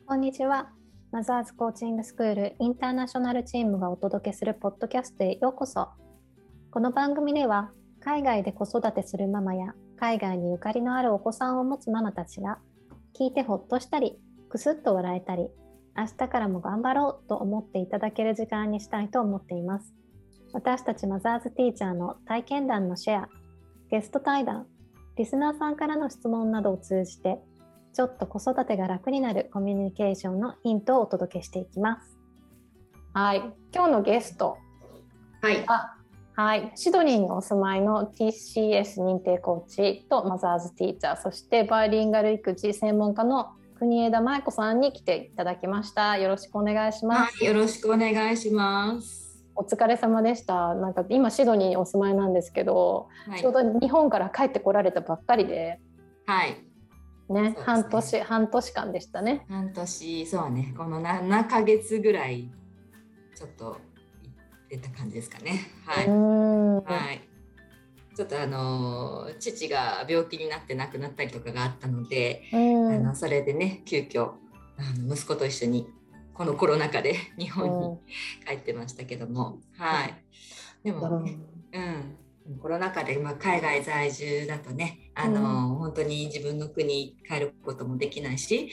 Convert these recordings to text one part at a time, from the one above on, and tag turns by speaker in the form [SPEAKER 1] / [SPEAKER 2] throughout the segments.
[SPEAKER 1] こんにちは。マザーズコーチングスクールインターナショナルチームがお届けするポッドキャストへようこそ。この番組では海外で子育てするママや海外にゆかりのあるお子さんを持つママたちが聞いてほっとしたりくすっと笑えたり明日からも頑張ろうと思っていただける時間にしたいと思っています。私たちマザーズティーチャーの体験談のシェア、ゲスト対談、リスナーさんからの質問などを通じてちょっと子育てが楽になるコミュニケーションのヒントをお届けしていきます。はい、今日のゲスト、はい、シドニーにお住まいの TCS 認定コーチとマザーズティーチャー、そしてバイリンガル育児専門家の国枝麻衣子さんに来ていただきました。よろしくお願いします。
[SPEAKER 2] はい、よろしくお願いします。
[SPEAKER 1] お疲れ様でした。なんか今シドニーにお住まいなんですけど、はい、ちょうど日本から帰ってこられたばっかりで、
[SPEAKER 2] はい
[SPEAKER 1] ね、半年間でしたね。
[SPEAKER 2] 半年、そうね、この7ヶ月ぐらいちょっと出た感じですかね。はい、はい、ちょっと父が病気になって亡くなったりとかがあったので、それでね、急遽息子と一緒にこのコロナ禍で日本に帰ってましたけども、はい、でもね、コロナ禍で海外在住だとね、本当に自分の国に帰ることもできないし、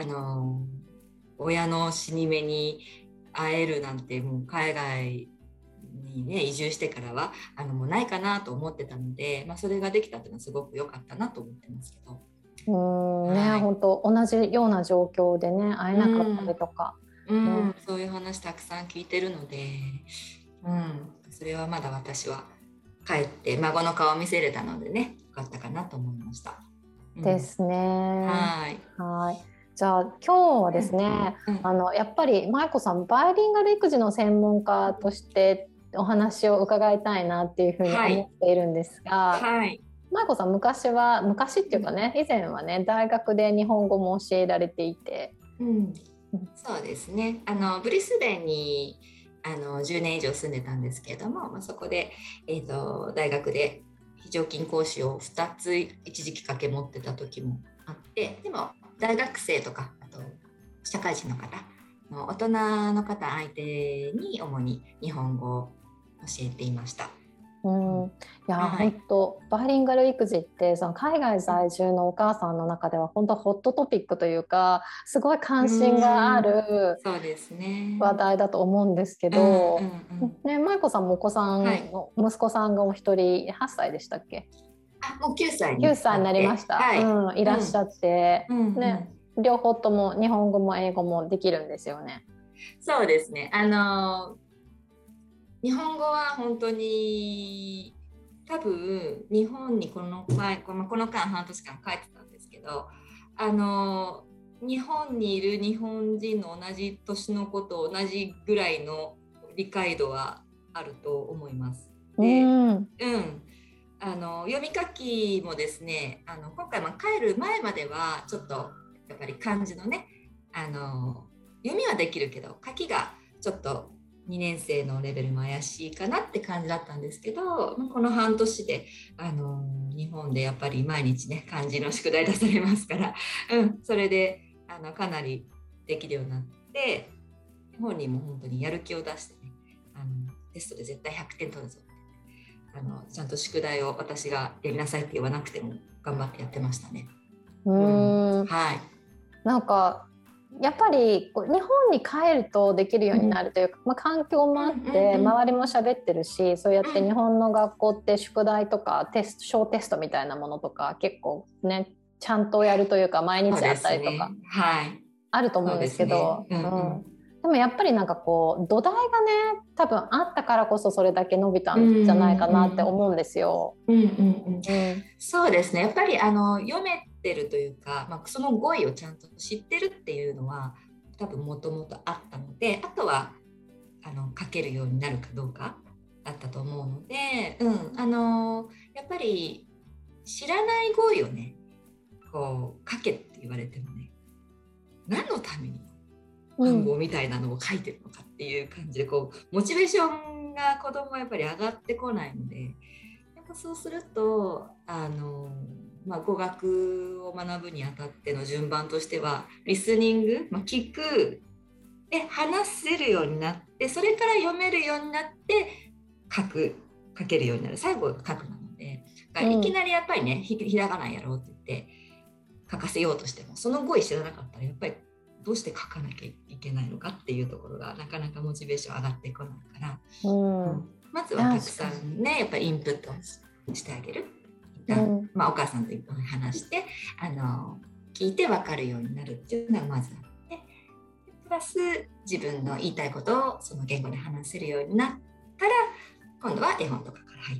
[SPEAKER 2] 親の死に目に会えるなんてもう海外にね移住してからはもうないかなと思ってたので、それができたっていうのはすごく良かったなと思ってますけど。
[SPEAKER 1] ね、本当同じような状況でね会えなかったりとか、
[SPEAKER 2] そういう話たくさん聞いてるので、それはまだ私は帰って孫の顔を見せれたのでね、よかったかなと思いました。
[SPEAKER 1] ですね。
[SPEAKER 2] はい。
[SPEAKER 1] じゃあ今日はですね、やっぱり麻衣子さんバイリンガル育児の専門家としてお話を伺いたいなっていうふうに思っているんですが、麻衣子さん昔っていうかね、以前はね大学で日本語も教えられていて、
[SPEAKER 2] そうですね、ブリスベンに10年以上住んでたんですけれども、そこで、大学で非常勤講師を2つ一時期掛け持ってた時もあって、でも大学生とかあと社会人の方、大人の方相手に主に日本語を教えていました。
[SPEAKER 1] 本当バイリンガル育児ってその海外在住のお母さんの中では本当ホットトピックというか、すごい関心がある話題だと思うんですけど、麻衣子さんもお子さん、息子さんがお一人8歳でしたっけ？
[SPEAKER 2] もう9歳
[SPEAKER 1] になりました、いらっしゃって、両方とも日本語も英語もできるんですよね。
[SPEAKER 2] そうですね、日本語は本当に多分日本にこの間半年間帰ってたんですけど、日本にいる日本人の同じ年の子と同じぐらいの理解度はあると思います。で、読み書きもですね、今回帰る前まではちょっとやっぱり漢字のね、読みはできるけど書きがちょっと2年生のレベルも怪しいかなって感じだったんですけど、この半年で日本でやっぱり毎日ね漢字の宿題出されますから、それでかなりできるようになって、本人も本当にやる気を出してね、テストで絶対100点取るぞってちゃんと宿題を私がやりなさいって言わなくても頑張ってやってましたね。
[SPEAKER 1] なんかやっぱり日本に帰るとできるようになるというか、環境もあって周りも喋ってるし、そうやって日本の学校って宿題とか小テストみたいなものとか結構ねちゃんとやるというか毎日あったりとかあると思うんですけど、でもやっぱりなんかこう土台がね多分あったからこそそれだけ伸びたんじゃないかなって思うんですよ。
[SPEAKER 2] そうですね、やっぱり読めてるというか、その語彙をちゃんと知ってるっていうのは多分もともとあったので、あとは書けるようになるかどうかだったと思うので、やっぱり知らない語彙をねこう書けって言われてもね、何のために暗号みたいなのを書いてるのかっていう感じで、こうモチベーションが子供はやっぱり上がってこないので、やっぱそうすると語学を学ぶにあたっての順番としてはリスニング、聞くで話せるようになって、それから読めるようになって書けるようになる、最後が書くなので、いきなりやっぱりね、ひらがなやろうって言って書かせようとしても、その語彙知らなかったらやっぱりどうして書かなきゃいけないのかっていうところがなかなかモチベーション上がってこないから、まずはたくさんね、やっぱりインプットしてあげる。お母さんと一緒に話して聞いて分かるようになるっていうのがまずあって、プラス自分の言いたいことをその言語で話せるようになったら、今度は絵本とかから入って、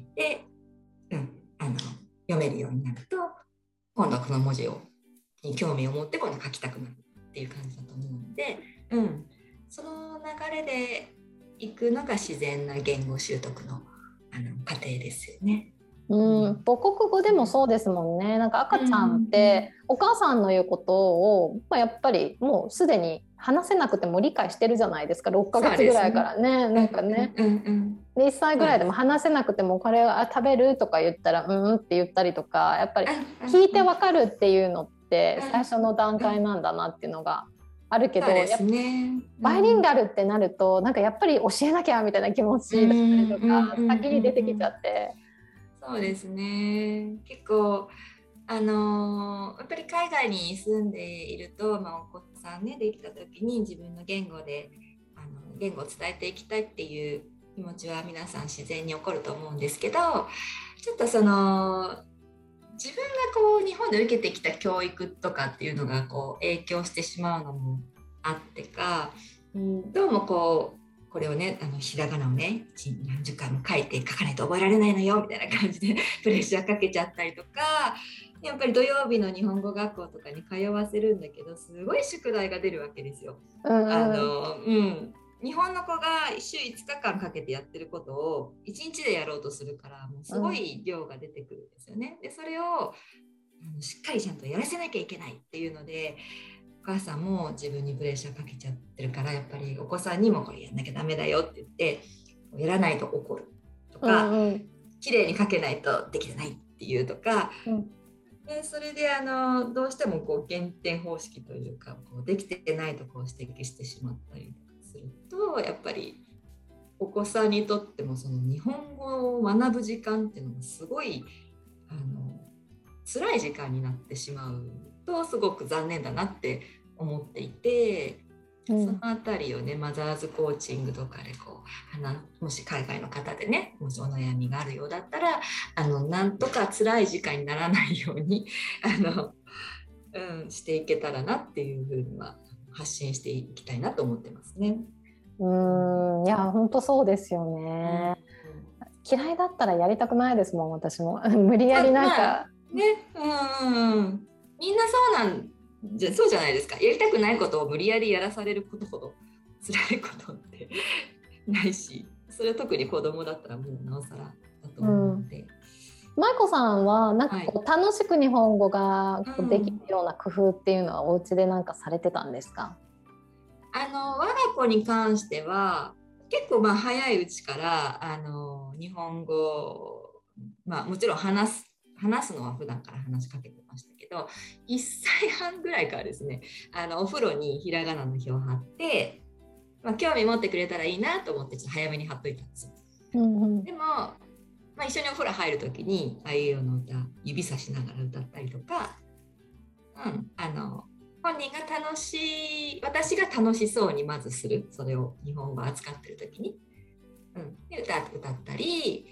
[SPEAKER 2] 読めるようになると、今度はこの文字に興味を持って今度書きたくなるっていう感じだと思うので、その流れでいくのが自然な言語習得の過程ですよね。
[SPEAKER 1] 母国語でもそうですもんね。なんか赤ちゃんってお母さんの言うことを、やっぱりもうすでに話せなくても理解してるじゃないですか。6ヶ月ぐらいからね。なんかね、1歳ぐらいでも話せなくてもこれは食べるとか言ったらって言ったりとか、やっぱり聞いてわかるっていうのって最初の段階なんだなっていうのがあるけど、やっぱバイリンガルってなるとなんかやっぱり教えなきゃみたいな気持ちだったりとか先に出てきちゃって。
[SPEAKER 2] そうですね。結構やっぱり海外に住んでいると、お子さんねできた時に自分の言語で言語を伝えていきたいっていう気持ちは皆さん自然に起こると思うんですけど、ちょっと自分が日本で受けてきた教育とかっていうのが影響してしまうのもあってか、どうもこれをね、ひらがなをね何十回も書かないと覚えられないのよみたいな感じでプレッシャーかけちゃったりとか、やっぱり土曜日の日本語学校とかに通わせるんだけど、すごい宿題が出るわけですよ。日本の子が週5日間かけてやってることを1日でやろうとするから、もうすごい量が出てくるんですよね。でそれをしっかりちゃんとやらせなきゃいけないっていうので、お母さんも自分にプレッシャーかけちゃってるから、やっぱりお子さんにもこれやんなきゃダメだよって言ってやらないと怒るとか、綺麗に書けないとできてないっていうとか、でそれでどうしても減点方式というかできてないと指摘してしまったりとかすると、やっぱりお子さんにとってもその日本語を学ぶ時間っていうのがすごい辛い時間になってしまうとすごく残念だなって思っていて、そのあたりをねマザーズコーチングとかでもし海外の方でねもしお悩みがあるようだったらなんとか辛い時間にならないようにしていけたらなっていうふうには発信していきたいなと思ってますね。
[SPEAKER 1] いや本当そうですよね。嫌いだったらやりたくないですもん、私も無理やりなんか、
[SPEAKER 2] みんなそうじゃないですか。やりたくないことを無理やりやらされることほど辛いことってないし、それは特に子供だったらもうなおさらだと思うので、
[SPEAKER 1] 舞子さんはなんか楽しく日本語ができるような工夫っていうのはお家でなんかされてたんですか？
[SPEAKER 2] 我が子に関しては結構早いうちから日本語、もちろん話すのは普段から話しかけてましたけど、1歳半ぐらいからですねお風呂にひらがなの表を貼って、興味持ってくれたらいいなと思ってちょっと早めに貼っといたんですよ。でも、一緒にお風呂入るときにあいうえおの歌指さしながら歌ったりとか、本人が私が楽しそうにまずする、それを日本語を扱ってるときに、で歌ったり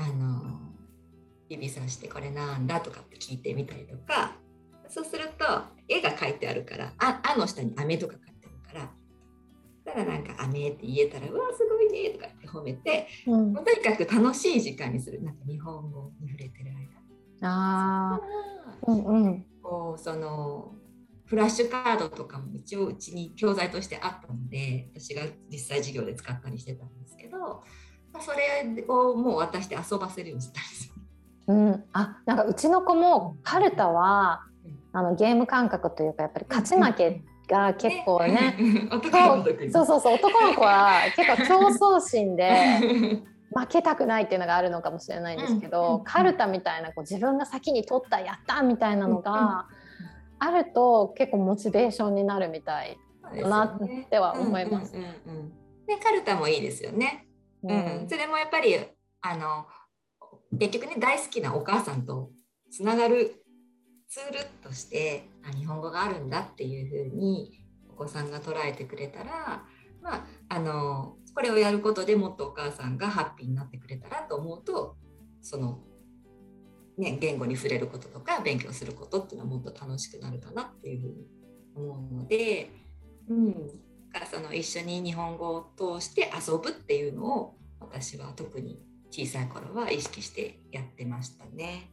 [SPEAKER 2] 指さしてこれなんだとかって聞いてみたりとか、そうすると絵が描いてあるからあの下に飴とか書いてあるから、だからなんか飴って言えたらうわすごいねとかって褒めて、もうとにかく楽しい時間にする。なんか日本語に触れてる間、そのフラッシュカードとかも一応うちに教材としてあったので、私が実際授業で使ったりしてたんですけど、それをもう渡して遊ばせるようにしたんですよ。
[SPEAKER 1] なんかうちの子もカルタはゲーム感覚というかやっぱり勝ち負けが結構ね、男の子は結構競争心で負けたくないっていうのがあるのかもしれないんですけど、カルタみたいなこう自分が先に取ったやったみたいなのがあると結構モチベーションになるみたいだなっては思います。
[SPEAKER 2] でカルタもいいですよね。それもやっぱり結局ね大好きなお母さんとつながるツールとして日本語があるんだっていうふうにお子さんが捉えてくれたら、これをやることでもっとお母さんがハッピーになってくれたらと思うと、その、ね、言語に触れることとか勉強することっていうのはもっと楽しくなるかなっていうふうに思うので、その一緒に日本語を通して遊ぶっていうのを私は特に小さい頃は意識してやってましたね。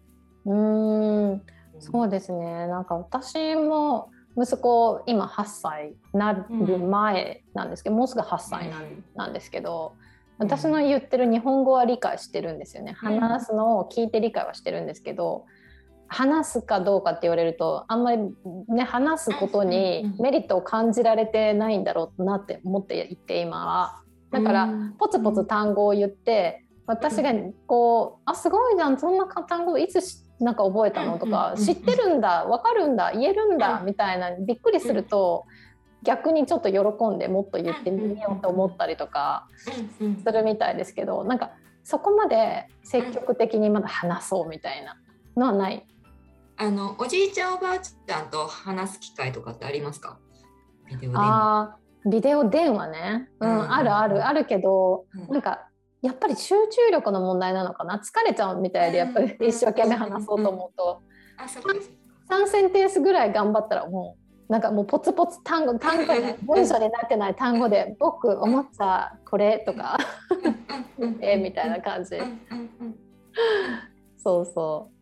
[SPEAKER 1] そうですね。なんか私も息子今8歳になる前なんですけど、もうすぐ8歳なんですけど、私の言ってる日本語は理解してるんですよね。話すのを聞いて理解はしてるんですけど、話すかどうかって言われるとあんまりね、話すことにメリットを感じられてないんだろうなって思っていて、今はだからポツポツ単語を言って、私がこうすごいじゃん、そんな単語いつなんか覚えたのとか、知ってるんだ、分かるんだ、言えるんだみたいなびっくりすると、逆にちょっと喜んでもっと言ってみようと思ったりとかするみたいですけど、なんかそこまで積極的にまだ話そうみたいなのはない。
[SPEAKER 2] おじいちゃんおばあちゃんと話す機会とかってありますか？ビデオ電
[SPEAKER 1] 話。ビデオ電話ね、あるけど、なんかやっぱり集中力の問題なのかな、疲れちゃうみたいで、やっぱり一生懸命話そうと思うと、3センテンスぐらい頑張ったらもうなんかもうポツポツ単語で文章になってない単語で僕思ったこれとかみたいな感じ。そうそう、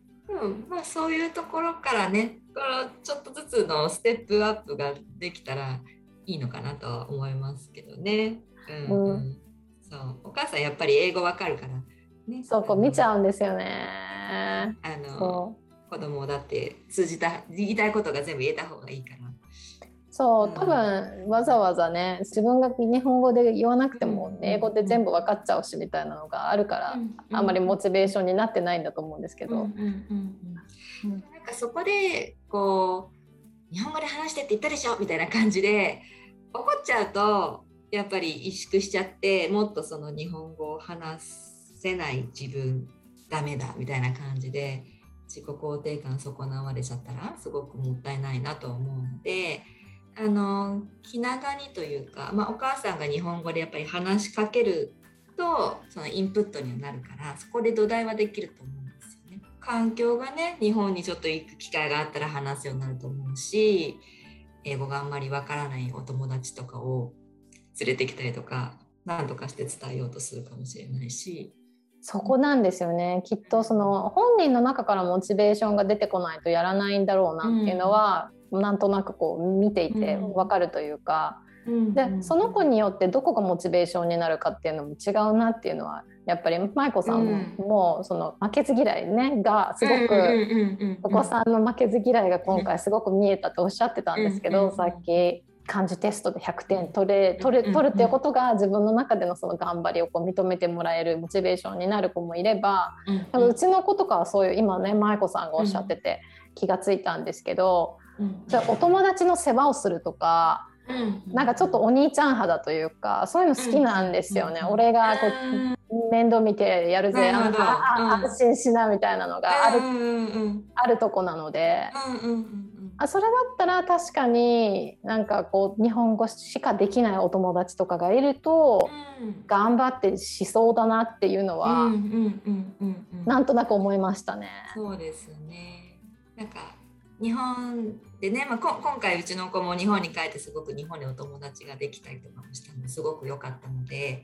[SPEAKER 2] そういうところからね、ちょっとずつのステップアップができたらいいのかなとは思いますけどね。そうお母さんやっぱり英語わかるから、ね、
[SPEAKER 1] そうこう見ちゃうんですよね。
[SPEAKER 2] 子供だって言いたいことが全部言えた方がいいから。
[SPEAKER 1] そう多分わざわざね、自分が日本語で言わなくても英語で全部分かっちゃうしみたいなのがあるから、あんまりモチベーションになってないんだと思うんですけど、なん
[SPEAKER 2] かそこでこう日本語で話してって言ったでしょみたいな感じで怒っちゃうとやっぱり萎縮しちゃって、もっとその日本語を話せない自分ダメだみたいな感じで自己肯定感損なわれちゃったらすごくもったいないなと思うので、気長にというか、お母さんが日本語でやっぱり話しかけるとそのインプットにはなるから、そこで土台はできると思うんですよね。環境がね、日本にちょっと行く機会があったら話すようになると思うし、英語があんまりわからないお友達とかを連れてきたりとか何とかして伝えようとするかもしれないし、
[SPEAKER 1] そこなんですよね。きっとその本人の中からモチベーションが出てこないとやらないんだろうなっていうのは、なんとなくこう見ていて分かるというか、でその子によってどこがモチベーションになるかっていうのも違うなっていうのはやっぱり舞子さんもその負けず嫌いねがすごくお子さんの負けず嫌いが今回すごく見えたとおっしゃってたんですけど、さっき漢字テストで100点取るっていうことが自分の中でのその頑張りをこう認めてもらえるモチベーションになる子もいれば、うちの子とかはそういう今ね舞子さんがおっしゃってて気がついたんですけど、じゃあお友達の世話をするとか、なんかちょっとお兄ちゃん派だというかそういうの好きなんですよね。俺がこう面倒見てやるぜ、安心しなみたいなのがあるとこなので、それだったら確かになんかこう日本語しかできないお友達とかがいると頑張ってしそうだなっていうのはなんとなく思いましたね。
[SPEAKER 2] そうですね。なんか日本でね、今回うちの子も日本に帰ってすごく日本にお友達ができたりとかもしたのですごく良かったので、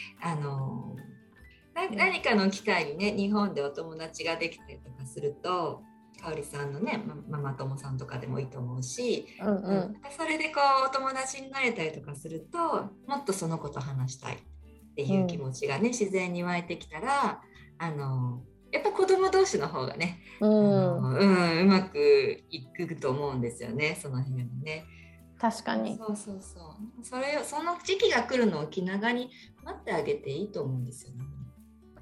[SPEAKER 2] 何かの機会にね日本でお友達ができたりとかすると、かおりさんのねママ友さんとかでもいいと思うし、それでこうお友達になれたりとかするともっとその子と話したいっていう気持ちがね、自然に湧いてきたらやっぱ子供同士の方がね、うまくいくと思うんですよね、その辺はね。
[SPEAKER 1] 確かに。
[SPEAKER 2] その時期が来るのを気長に待ってあげていいと思うんですよね。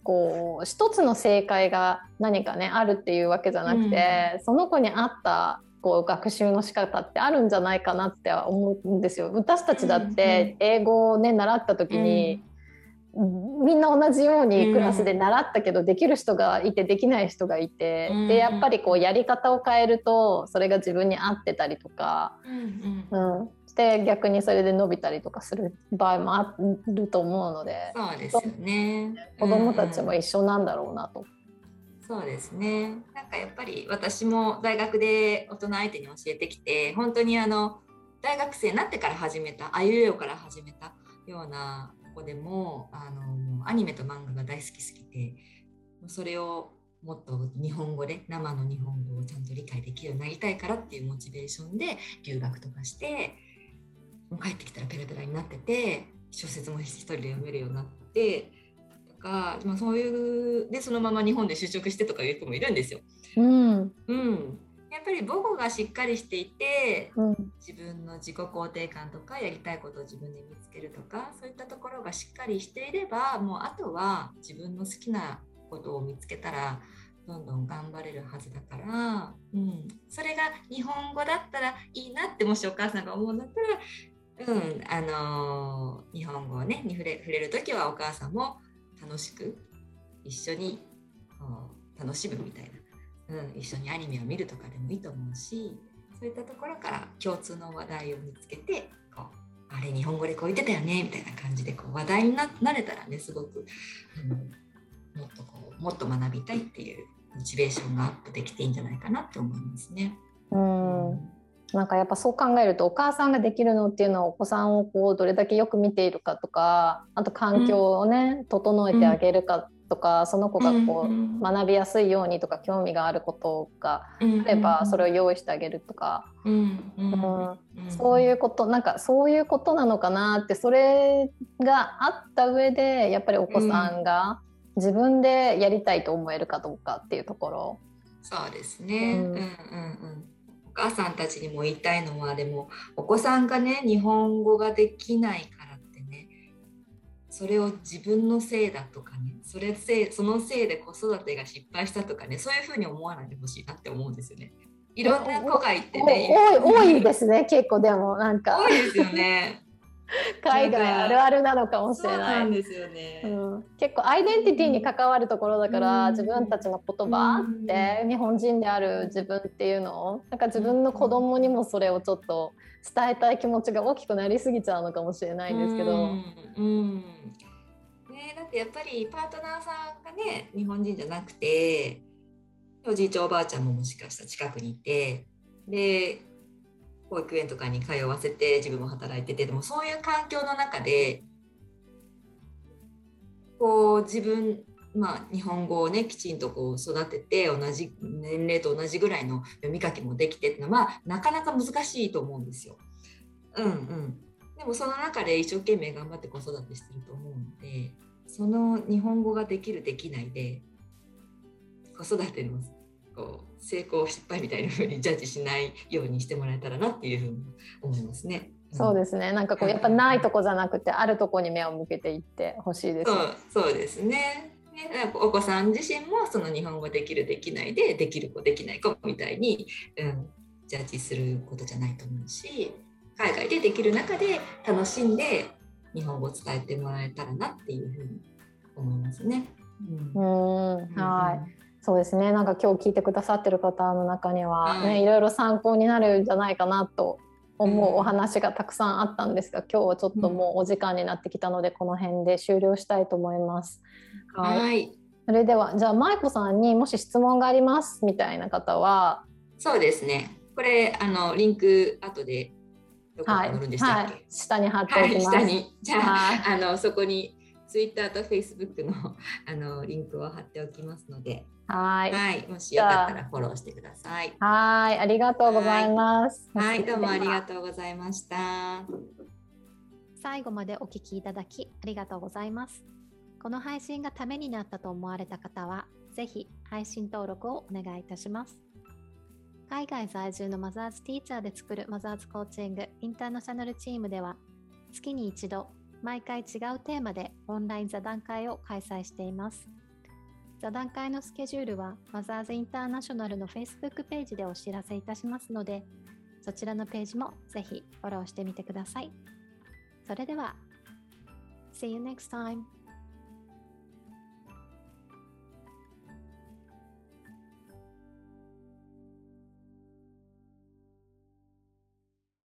[SPEAKER 1] こう一つの正解が何かねあるっていうわけじゃなくて、その子に合ったこう学習の仕方ってあるんじゃないかなって思うんですよ。私たちだって英語をね習った時に、みんな同じようにクラスで習ったけど、できる人がいてできない人がいて、でやっぱりこうやり方を変えるとそれが自分に合ってたりとか、して逆にそれで伸びたりとかする場合もあると思うので、
[SPEAKER 2] そうですよね。
[SPEAKER 1] 子どもたちも一緒なんだろうなと。
[SPEAKER 2] そうですね。なんかやっぱり私も大学で大人相手に教えてきて、本当に大学生になってから始めた、あいうえおから始めたような子でもアニメと漫画が大好きすぎて、それをもっと日本語で生の日本語をちゃんと理解できるようになりたいからっていうモチベーションで留学とかして、もう帰ってきたらペラペラになってて、小説も一人で読めるようになってとか、そういうでそのまま日本で就職してとかいう子もいるんですよ。やっぱり母語がしっかりしていて、自分の自己肯定感とかやりたいことを自分で見つけるとか、そういったところがしっかりしていれば、もうあとは自分の好きなことを見つけたらどんどん頑張れるはずだから、それが日本語だったらいいなって、もしお母さんが思うんだったら、日本語をねに触れるときはお母さんも楽しく一緒に楽しむみたいな、一緒にアニメを見るとかでもいいと思うし、そういったところから共通の話題を見つけて、あれ日本語でこう言ってたよねみたいな感じで話題に なれたらね、すごく、もっと学びたいっていうモチベーションがアップできていいんじゃないかなって思いますね。
[SPEAKER 1] なんかやっぱそう考えると、お母さんができるのっていうのはお子さんをこうどれだけよく見ているかとか、あと環境をね、整えてあげるかとか、その子がこう学びやすいようにとか興味があることがあればそれを用意してあげるとか、そういうこと、なんかそういうことなのかなって。それがあった上でやっぱりお子さんが自分でやりたいと思えるかどうかっていうところ。
[SPEAKER 2] そうですね。お母さんたちにも言いたいのは、でもお子さんがね日本語ができないからってね、それを自分のせいだとかね、そのせいで子育てが失敗したとかね、そういうふうに思わないでほしいなって思うんですよね。いろんな子がいてね、
[SPEAKER 1] 多いですね結構。でもなんか
[SPEAKER 2] 多いですよね。
[SPEAKER 1] 海外あるあるなのかもしれない。
[SPEAKER 2] そうなんですよね。
[SPEAKER 1] 結構アイデンティティに関わるところだから、自分たちの言葉って日本人である自分っていうのを、なんか自分の子供にもそれをちょっと伝えたい気持ちが大きくなりすぎちゃうのかもしれないんですけど、
[SPEAKER 2] だってやっぱりパートナーさんがね日本人じゃなくて、おじいちゃんおばあちゃんももしかしたら近くにいて、で保育園とかに通わせて自分も働いてて、でもそういう環境の中でこう自分、日本語をねきちんとこう育てて、同じ年齢と同じぐらいの読み書きもできてっていうのは、なかなか難しいと思うんですよ。でもその中で一生懸命頑張って子育てしてると思うので、その日本語ができるできないで子育てのこう成功失敗みたいな風にジャッジしないようにしてもらえたらなっていうふうに思いますね。
[SPEAKER 1] そうですね。なんかこうやっぱないとこじゃなくて、あるとこに目を向けていってほしいですね。
[SPEAKER 2] そうですね。お子さん自身もその日本語できるできないで、できる子できない子みたいに、ジャッジすることじゃないと思うし、海外でできる中で楽しんで日本語を伝えてもらえたらなっていうふうに思いますね。
[SPEAKER 1] はい。そうですね。なんか今日聞いてくださってる方の中にはね、いろいろ参考になるんじゃないかなと思うお話がたくさんあったんですが、今日はちょっともうお時間になってきたので、この辺で終了したいと思います。はい。それではじゃあ舞子さんにもし質問がありますみたいな方は。
[SPEAKER 2] そうですね。これリンク後でどこか載るんでしたっけ？
[SPEAKER 1] 下に貼っておきます。
[SPEAKER 2] 下に。じゃあ、そこにTwitter と Facebook のリンクを貼っておきますので、もしよかったらフォローしてください。
[SPEAKER 1] ありがとうございます。
[SPEAKER 2] どうもありがとうございました。
[SPEAKER 1] 最後までお聞きいただきありがとうございます。この配信がためになったと思われた方は、ぜひ配信登録をお願いいたします。海外在住のマザーズティーチャーで作るマザーズコーチングインターナショナルチームでは、月に一度毎回違うテーマでオンライン座談会を開催しています。 座談会のスケジュールはマザーズインターナショナルの Facebook ページでお知らせいたしますので、そちらのページもぜひフォローしてみてください。それでは、See you next time!